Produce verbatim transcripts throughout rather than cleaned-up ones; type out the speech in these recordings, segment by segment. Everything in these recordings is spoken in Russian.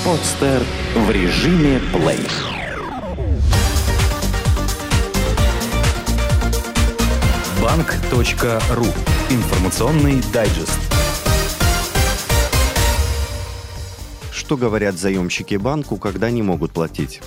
Подстер в режиме плей. банк.ру. Информационный дайджест. Что говорят заемщики банку, когда не могут платить?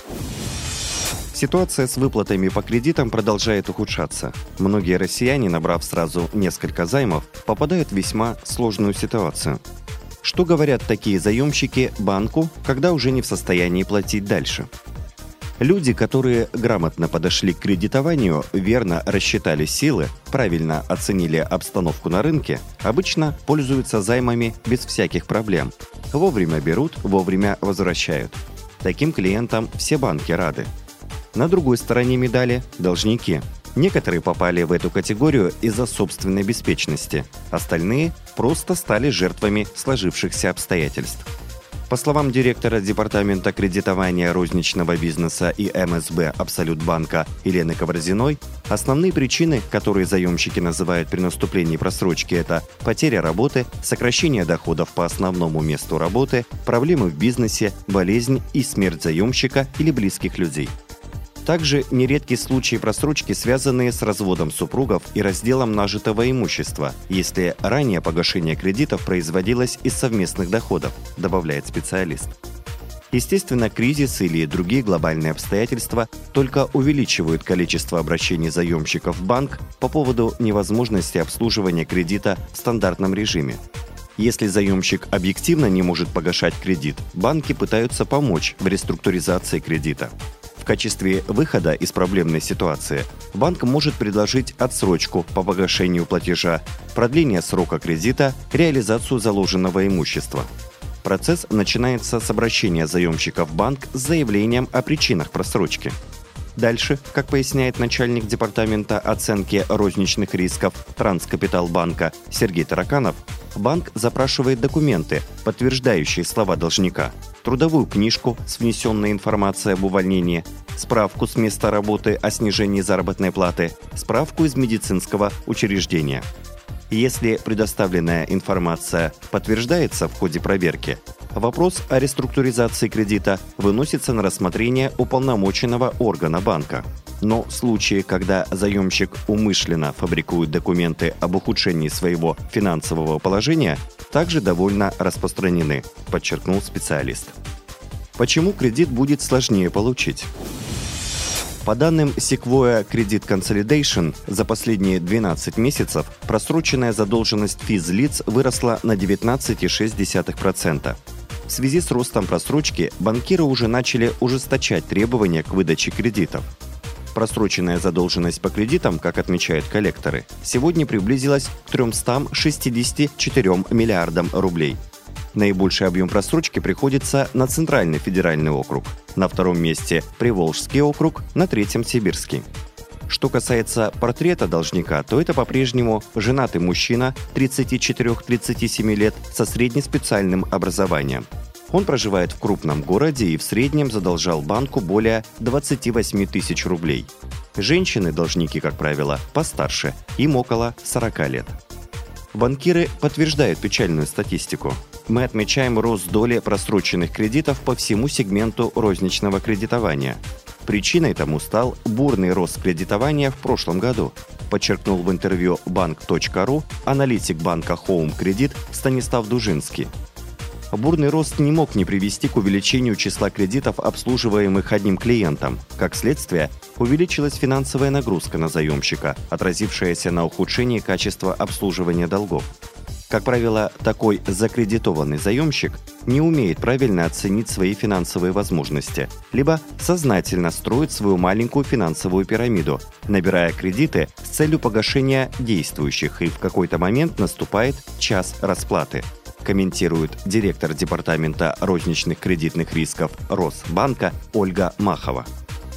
Ситуация с выплатами по кредитам продолжает ухудшаться. Многие россияне, набрав сразу несколько займов, попадают в весьма сложную ситуацию. Что говорят такие заемщики банку, когда уже не в состоянии платить дальше? Люди, которые грамотно подошли к кредитованию, верно рассчитали силы, правильно оценили обстановку на рынке, обычно пользуются займами без всяких проблем. Вовремя берут, вовремя возвращают. Таким клиентам все банки рады. На другой стороне медали – должники. Некоторые попали в эту категорию из-за собственной беспечности, остальные просто стали жертвами сложившихся обстоятельств. По словам директора департамента кредитования розничного бизнеса и эм эс бэ Абсолютбанка Елены Коврзиной, основные причины, которые заемщики называют при наступлении просрочки, это потеря работы, сокращение доходов по основному месту работы, проблемы в бизнесе, болезнь и смерть заемщика или близких людей. Также нередки случаи просрочки, связанные с разводом супругов и разделом нажитого имущества, если ранее погашение кредитов производилось из совместных доходов, добавляет специалист. Естественно, кризис или другие глобальные обстоятельства только увеличивают количество обращений заемщиков в банк по поводу невозможности обслуживания кредита в стандартном режиме. Если заемщик объективно не может погашать кредит, банки пытаются помочь в реструктуризации кредита. В качестве выхода из проблемной ситуации банк может предложить отсрочку по погашению платежа, продление срока кредита, реализацию заложенного имущества. Процесс начинается с обращения заемщика в банк с заявлением о причинах просрочки. Дальше, как поясняет начальник департамента оценки розничных рисков Транскапиталбанка Сергей Тараканов, банк запрашивает документы, подтверждающие слова должника, трудовую книжку с внесенной информацией об увольнении, справку с места работы о снижении заработной платы, справку из медицинского учреждения. Если предоставленная информация подтверждается в ходе проверки, вопрос о реструктуризации кредита выносится на рассмотрение уполномоченного органа банка. Но в случае, когда заемщик умышленно фабрикует документы об ухудшении своего финансового положения, также довольно распространены, подчеркнул специалист. Почему кредит будет сложнее получить? По данным Sequoia Credit Consolidation, за последние двенадцать месяцев просроченная задолженность физлиц выросла на девятнадцать целых шесть десятых процента. В связи с ростом просрочки банкиры уже начали ужесточать требования к выдаче кредитов. Просроченная задолженность по кредитам, как отмечают коллекторы, сегодня приблизилась к триста шестьдесят четыре миллиардам рублей. Наибольший объем просрочки приходится на Центральный федеральный округ, на втором месте Приволжский округ, на третьем Сибирский. Что касается портрета должника, то это по-прежнему женатый мужчина тридцати четырёх - тридцати семи лет со среднеспециальным образованием. Он проживает в крупном городе и в среднем задолжал банку более двадцати восьми тысяч рублей. Женщины-должники, как правило, постарше, им около сорока лет. Банкиры подтверждают печальную статистику. Мы отмечаем рост доли просроченных кредитов по всему сегменту розничного кредитования. Причиной тому стал бурный рост кредитования в прошлом году, подчеркнул в интервью банк.ру аналитик банка Home Credit Станислав Дужинский. Бурный рост не мог не привести к увеличению числа кредитов, обслуживаемых одним клиентом. Как следствие, увеличилась финансовая нагрузка на заемщика, отразившаяся на ухудшении качества обслуживания долгов. Как правило, такой закредитованный заемщик не умеет правильно оценить свои финансовые возможности, либо сознательно строит свою маленькую финансовую пирамиду, набирая кредиты с целью погашения действующих, и в какой-то момент наступает час расплаты, комментирует директор департамента розничных кредитных рисков Росбанка Ольга Махова.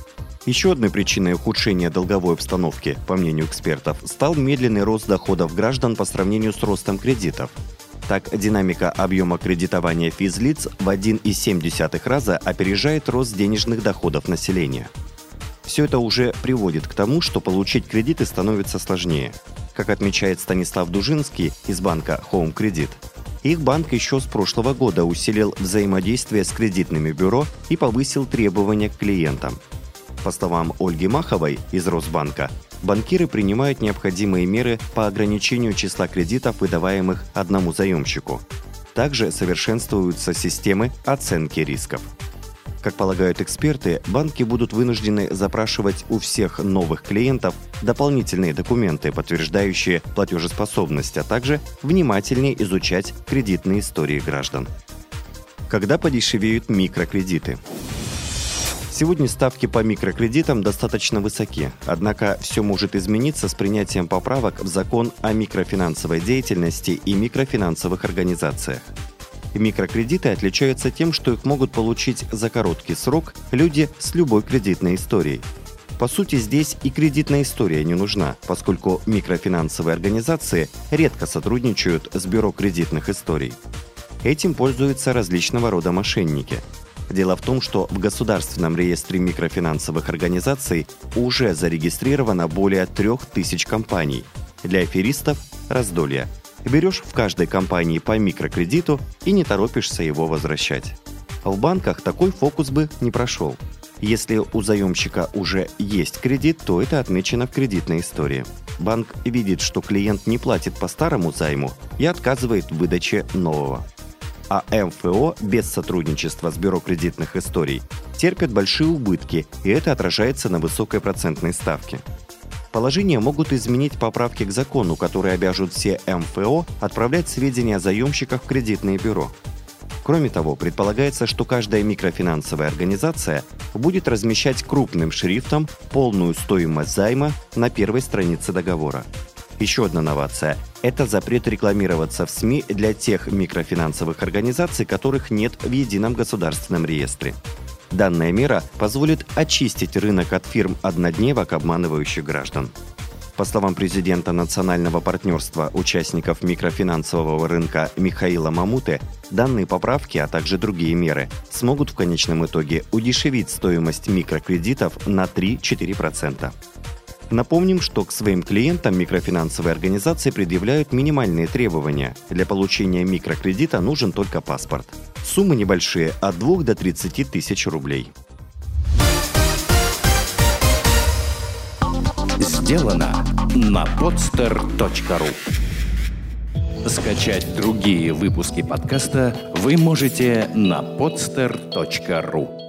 Еще одной причиной ухудшения долговой обстановки, по мнению экспертов, стал медленный рост доходов граждан по сравнению с ростом кредитов. Так, динамика объема кредитования физлиц в один целых семь десятых раза опережает рост денежных доходов населения. Все это уже приводит к тому, что получить кредиты становится сложнее. Как отмечает Станислав Дужинский из банка Home Credit, Их банк еще с прошлого года усилил взаимодействие с кредитными бюро и повысил требования к клиентам. По словам Ольги Маховой из Росбанка, банкиры принимают необходимые меры по ограничению числа кредитов, выдаваемых одному заемщику. Также совершенствуются системы оценки рисков. Как полагают эксперты, банки будут вынуждены запрашивать у всех новых клиентов дополнительные документы, подтверждающие платежеспособность, а также внимательнее изучать кредитные истории граждан. Когда подешевеют микрокредиты? Сегодня ставки по микрокредитам достаточно высоки, однако все может измениться с принятием поправок в закон о микрофинансовой деятельности и микрофинансовых организациях. Микрокредиты отличаются тем, что их могут получить за короткий срок люди с любой кредитной историей. По сути, здесь и кредитная история не нужна, поскольку микрофинансовые организации редко сотрудничают с бюро кредитных историй. Этим пользуются различного рода мошенники. Дело в том, что в Государственном реестре микрофинансовых организаций уже зарегистрировано более трех тысяч компаний. Для аферистов – раздолье. Берешь в каждой компании по микрокредиту и не торопишься его возвращать. В банках такой фокус бы не прошел. Если у заемщика уже есть кредит, то это отмечено в кредитной истории. Банк видит, что клиент не платит по старому займу и отказывает в выдаче нового. А эм эф о без сотрудничества с бюро кредитных историй терпят большие убытки, и это отражается на высокой процентной ставке. Положение могут изменить поправки к закону, которые обяжут все эм эф о отправлять сведения о заемщиках в кредитные бюро. Кроме того, предполагается, что каждая микрофинансовая организация будет размещать крупным шрифтом полную стоимость займа на первой странице договора. Еще одна новация – это запрет рекламироваться в СМИ для тех микрофинансовых организаций, которых нет в едином государственном реестре. Данная мера позволит очистить рынок от фирм-однодневок, обманывающих граждан. По словам президента Национального партнерства участников микрофинансового рынка Михаила Мамуты, данные поправки, а также другие меры смогут в конечном итоге удешевить стоимость микрокредитов на три-четыре процента. Напомним, что к своим клиентам микрофинансовые организации предъявляют минимальные требования. Для получения микрокредита нужен только паспорт. Суммы небольшие – от двух до тридцати тысяч рублей. Сделано на подстер точка ру. Скачать другие выпуски подкаста вы можете на подстер точка ру.